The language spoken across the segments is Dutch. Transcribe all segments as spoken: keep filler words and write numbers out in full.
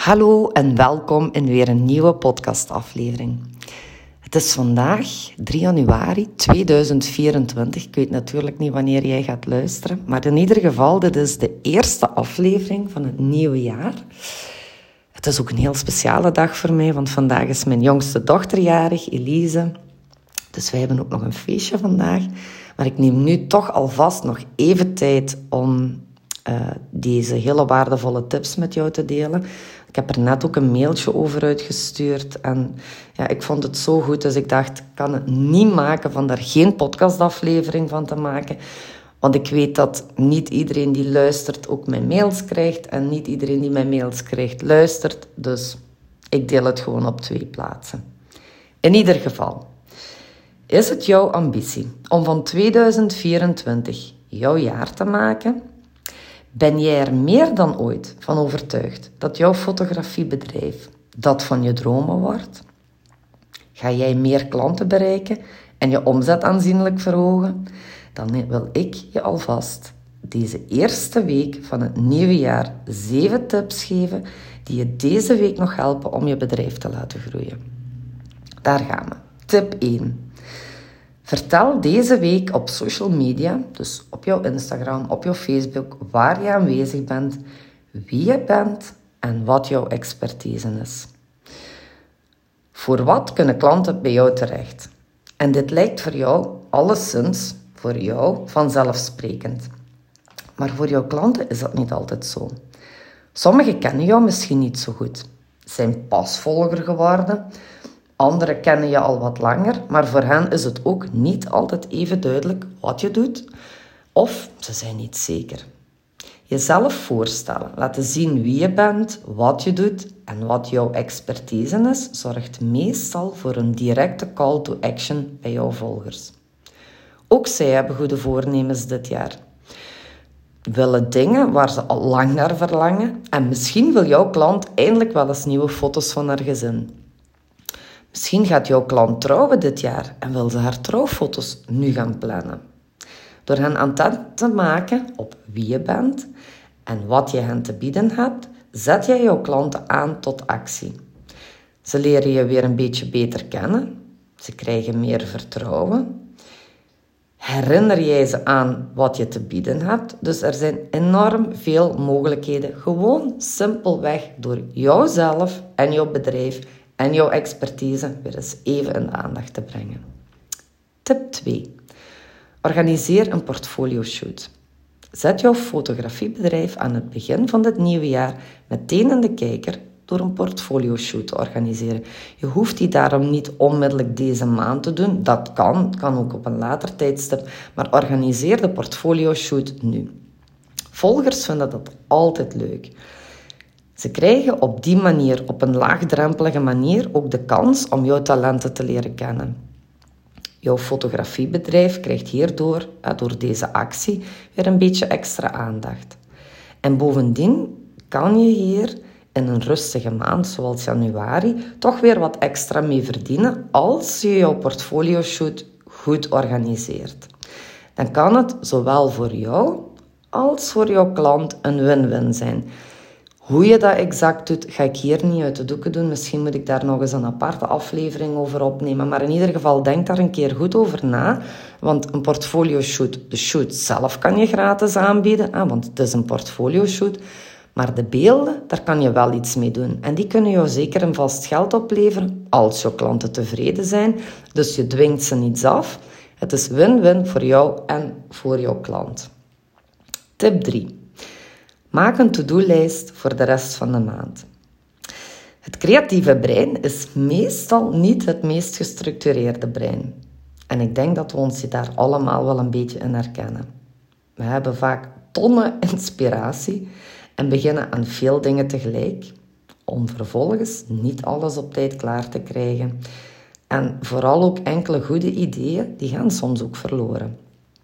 Hallo en welkom in weer een nieuwe podcastaflevering. Het is vandaag drie januari tweeduizend vierentwintig. Ik weet natuurlijk niet wanneer jij gaat luisteren, maar in ieder geval, dit is de eerste aflevering van het nieuwe jaar. Het is ook een heel speciale dag voor mij, want vandaag is mijn jongste dochter jarig, Elise. Dus wij hebben ook nog een feestje vandaag. Maar ik neem nu toch alvast nog even tijd om uh, deze hele waardevolle tips met jou te delen. Ik heb er net ook een mailtje over uitgestuurd. En ja, ik vond het zo goed, dus ik dacht, ik kan het niet maken van daar geen podcastaflevering van te maken. Want ik weet dat niet iedereen die luistert ook mijn mails krijgt. En niet iedereen die mijn mails krijgt luistert. Dus ik deel het gewoon op twee plaatsen. In ieder geval, is het jouw ambitie om van tweeduizend vierentwintig jouw jaar te maken? Ben jij er meer dan ooit van overtuigd dat jouw fotografiebedrijf dat van je dromen wordt? Ga jij meer klanten bereiken en je omzet aanzienlijk verhogen? Dan wil ik je alvast deze eerste week van het nieuwe jaar zeven tips geven die je deze week nog helpen om je bedrijf te laten groeien. Daar gaan we. Tip één. Vertel deze week op social media, dus op jouw Instagram, op jouw Facebook, waar je aanwezig bent, wie je bent en wat jouw expertise is. Voor wat kunnen klanten bij jou terecht? En dit lijkt voor jou alleszins, voor jou, vanzelfsprekend. Maar voor jouw klanten is dat niet altijd zo. Sommigen kennen jou misschien niet zo goed, zijn pas volger geworden. Anderen kennen je al wat langer, maar voor hen is het ook niet altijd even duidelijk wat je doet, of ze zijn niet zeker. Jezelf voorstellen, laten zien wie je bent, wat je doet en wat jouw expertise is, zorgt meestal voor een directe call to action bij jouw volgers. Ook zij hebben goede voornemens dit jaar. Willen dingen waar ze al lang naar verlangen en misschien wil jouw klant eindelijk wel eens nieuwe foto's van haar gezin. Misschien gaat jouw klant trouwen dit jaar en wil ze haar trouwfoto's nu gaan plannen. Door hen attent te maken op wie je bent en wat je hen te bieden hebt, zet jij jouw klanten aan tot actie. Ze leren je weer een beetje beter kennen, ze krijgen meer vertrouwen. Herinner jij ze aan wat je te bieden hebt, dus er zijn enorm veel mogelijkheden, gewoon simpelweg door jouzelf en jouw bedrijf en jouw expertise weer eens even in de aandacht te brengen. Tip twee. Organiseer een portfolio-shoot. Zet jouw fotografiebedrijf aan het begin van dit nieuwe jaar meteen in de kijker door een portfolio-shoot te organiseren. Je hoeft die daarom niet onmiddellijk deze maand te doen. Dat kan, kan ook op een later tijdstip, maar organiseer de portfolio-shoot nu. Volgers vinden dat altijd leuk. Ze krijgen op die manier, op een laagdrempelige manier, ook de kans om jouw talenten te leren kennen. Jouw fotografiebedrijf krijgt hierdoor, door deze actie, weer een beetje extra aandacht. En bovendien kan je hier in een rustige maand, zoals januari, toch weer wat extra mee verdienen als je jouw portfolio-shoot goed organiseert. Dan kan het zowel voor jou als voor jouw klant een win-win zijn. Hoe je dat exact doet, ga ik hier niet uit de doeken doen. Misschien moet ik daar nog eens een aparte aflevering over opnemen. Maar in ieder geval, denk daar een keer goed over na. Want een portfolio-shoot, de shoot zelf kan je gratis aanbieden. Ah, want het is een portfolio-shoot. Maar de beelden, daar kan je wel iets mee doen. En die kunnen jou zeker een vast geld opleveren als jouw klanten tevreden zijn. Dus je dwingt ze niets af. Het is win-win voor jou en voor jouw klant. Tip drie. Maak een to-do-lijst voor de rest van de maand. Het creatieve brein is meestal niet het meest gestructureerde brein. En ik denk dat we ons daar allemaal wel een beetje in herkennen. We hebben vaak tonnen inspiratie en beginnen aan veel dingen tegelijk, om vervolgens niet alles op tijd klaar te krijgen. En vooral ook enkele goede ideeën, die gaan soms ook verloren.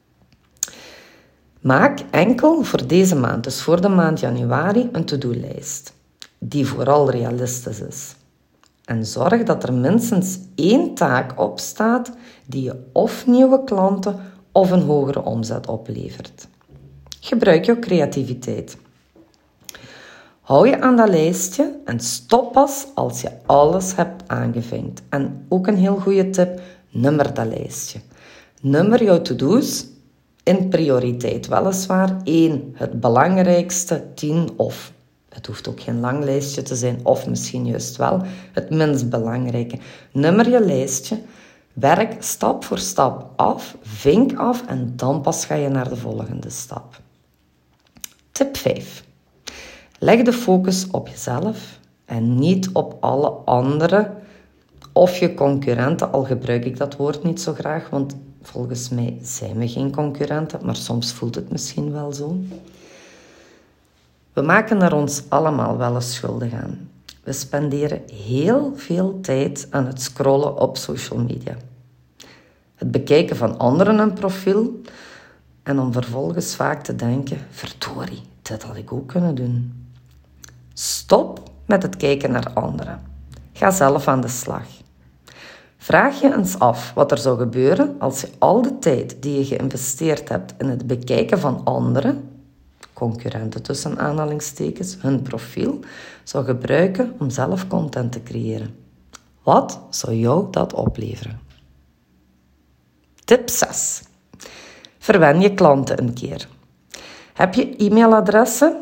Maak enkel voor deze maand, dus voor de maand januari, een to-do-lijst die vooral realistisch is. En zorg dat er minstens één taak op staat die je of nieuwe klanten of een hogere omzet oplevert. Gebruik jouw creativiteit. Hou je aan dat lijstje en stop pas als je alles hebt aangevinkt. En ook een heel goede tip, nummer dat lijstje. Nummer jouw to-do's in prioriteit. Weliswaar één, het belangrijkste, tien of... Het hoeft ook geen lang lijstje te zijn, of misschien juist wel het minst belangrijke. Nummer je lijstje, werk stap voor stap af, vink af en dan pas ga je naar de volgende stap. Tip vijf. Leg de focus op jezelf en niet op alle anderen of je concurrenten. Al gebruik ik dat woord niet zo graag, want volgens mij zijn we geen concurrenten, maar soms voelt het misschien wel zo. We maken er ons allemaal wel eens schuldig aan. We spenderen heel veel tijd aan het scrollen op social media. Het bekijken van anderen een profiel en om vervolgens vaak te denken, verdorie, dit had ik ook kunnen doen. Stop met het kijken naar anderen. Ga zelf aan de slag. Vraag je eens af wat er zou gebeuren als je al de tijd die je geïnvesteerd hebt in het bekijken van anderen, concurrenten tussen aanhalingstekens, hun profiel, zou gebruiken om zelf content te creëren. Wat zou jou dat opleveren? Tip zes. Verwen je klanten een keer. Heb je e-mailadressen?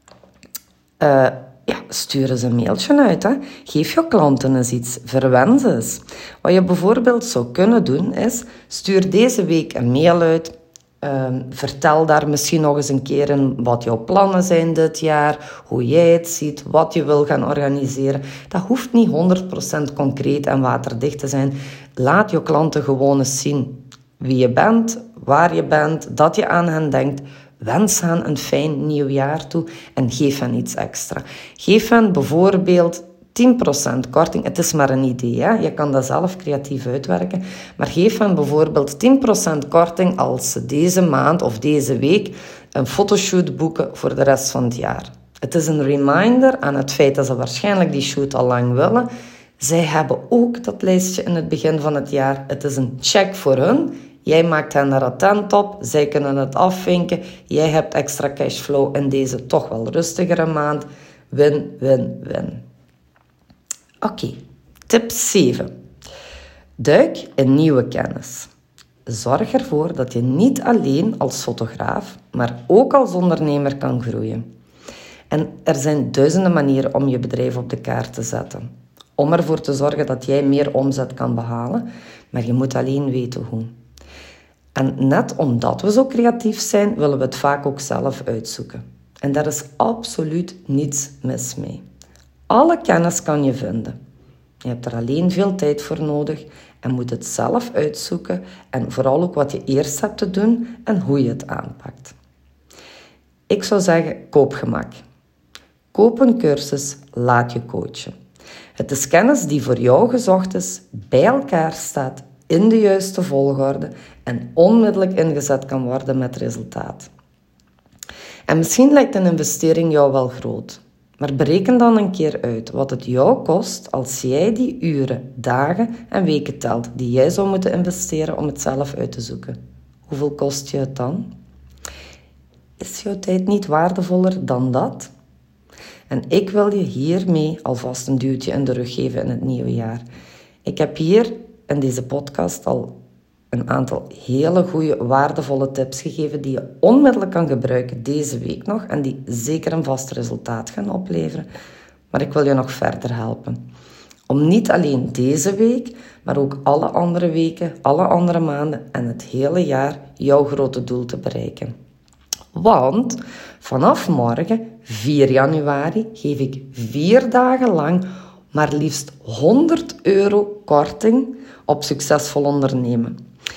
Uh, ja, stuur eens een mailtje uit. Hè. Geef je klanten eens iets. Verwen ze eens. Wat je bijvoorbeeld zou kunnen doen is, stuur deze week een mail uit. Uh, vertel daar misschien nog eens een keer in wat jouw plannen zijn dit jaar, hoe jij het ziet, wat je wil gaan organiseren. Dat hoeft niet honderd procent concreet en waterdicht te zijn. Laat je klanten gewoon eens zien wie je bent, waar je bent, dat je aan hen denkt. Wens hen een fijn nieuw jaar toe en geef hen iets extra. Geef hen bijvoorbeeld tien procent korting. Het is maar een idee, hè? Je kan dat zelf creatief uitwerken. Maar geef hen bijvoorbeeld tien procent korting als ze deze maand of deze week een fotoshoot boeken voor de rest van het jaar. Het is een reminder aan het feit dat ze waarschijnlijk die shoot al lang willen. Zij hebben ook dat lijstje in het begin van het jaar. Het is een check voor hun. Jij maakt hen er attent op, zij kunnen het afvinken. Jij hebt extra cashflow in deze toch wel rustigere maand. Win, win, win. Oké, okay. Tip zeven. Duik in nieuwe kennis. Zorg ervoor dat je niet alleen als fotograaf, maar ook als ondernemer kan groeien. En er zijn duizenden manieren om je bedrijf op de kaart te zetten. Om ervoor te zorgen dat jij meer omzet kan behalen, maar je moet alleen weten hoe. En net omdat we zo creatief zijn, willen we het vaak ook zelf uitzoeken. En daar is absoluut niets mis mee. Alle kennis kan je vinden. Je hebt er alleen veel tijd voor nodig en moet het zelf uitzoeken en vooral ook wat je eerst hebt te doen en hoe je het aanpakt. Ik zou zeggen, koop gemak. Koop een cursus, laat je coachen. Het is kennis die voor jou gezocht is, bij elkaar staat, in de juiste volgorde en onmiddellijk ingezet kan worden met resultaat. En misschien lijkt een investering jou wel groot, maar bereken dan een keer uit wat het jou kost als jij die uren, dagen en weken telt die jij zou moeten investeren om het zelf uit te zoeken. Hoeveel kost je het dan? Is jouw tijd niet waardevoller dan dat? En ik wil je hiermee alvast een duwtje in de rug geven in het nieuwe jaar. Ik heb hier in deze podcast al een aantal hele goede, waardevolle tips gegeven die je onmiddellijk kan gebruiken deze week nog en die zeker een vast resultaat gaan opleveren. Maar ik wil je nog verder helpen. Om niet alleen deze week, maar ook alle andere weken, alle andere maanden en het hele jaar jouw grote doel te bereiken. Want vanaf morgen, vier januari, geef ik vier dagen lang maar liefst honderd euro korting op succesvol ondernemen.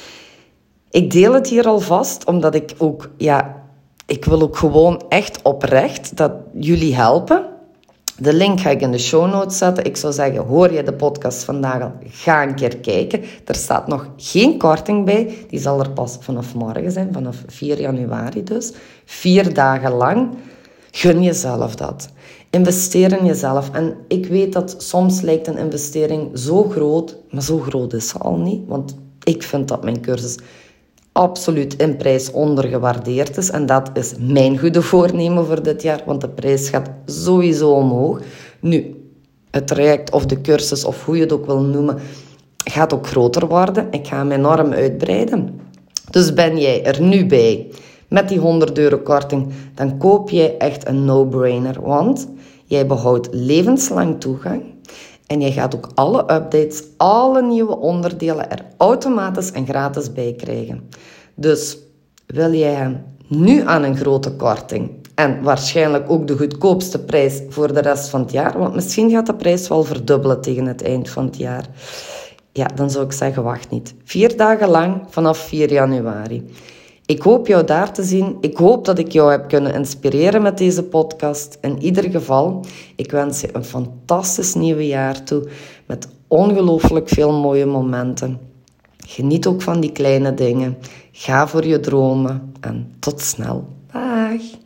Ik deel het hier alvast, omdat ik ook, ja, ik wil ook gewoon echt oprecht dat jullie helpen. De link ga ik in de show notes zetten. Ik zou zeggen, hoor je de podcast vandaag al, ga een keer kijken. Er staat nog geen korting bij. Die zal er pas vanaf morgen zijn, vanaf vier januari dus. Vier dagen lang. Gun jezelf dat. Investeer in jezelf. En ik weet dat soms lijkt een investering zo groot, maar zo groot is ze al niet. Want ik vind dat mijn cursus absoluut in prijs ondergewaardeerd is. En dat is mijn goede voornemen voor dit jaar, want de prijs gaat sowieso omhoog. Nu, het traject of de cursus, of hoe je het ook wil noemen, gaat ook groter worden. Ik ga hem enorm uitbreiden. Dus ben jij er nu bij met die honderd euro korting, dan koop jij echt een no-brainer. Want jij behoudt levenslang toegang. En je gaat ook alle updates, alle nieuwe onderdelen er automatisch en gratis bij krijgen. Dus wil jij hem nu aan een grote korting en waarschijnlijk ook de goedkoopste prijs voor de rest van het jaar, want misschien gaat de prijs wel verdubbelen tegen het eind van het jaar. Ja, dan zou ik zeggen, wacht niet. Vier dagen lang vanaf vier januari. Ik hoop jou daar te zien. Ik hoop dat ik jou heb kunnen inspireren met deze podcast. In ieder geval, ik wens je een fantastisch nieuwe jaar toe. Met ongelooflijk veel mooie momenten. Geniet ook van die kleine dingen. Ga voor je dromen. En tot snel. Dag.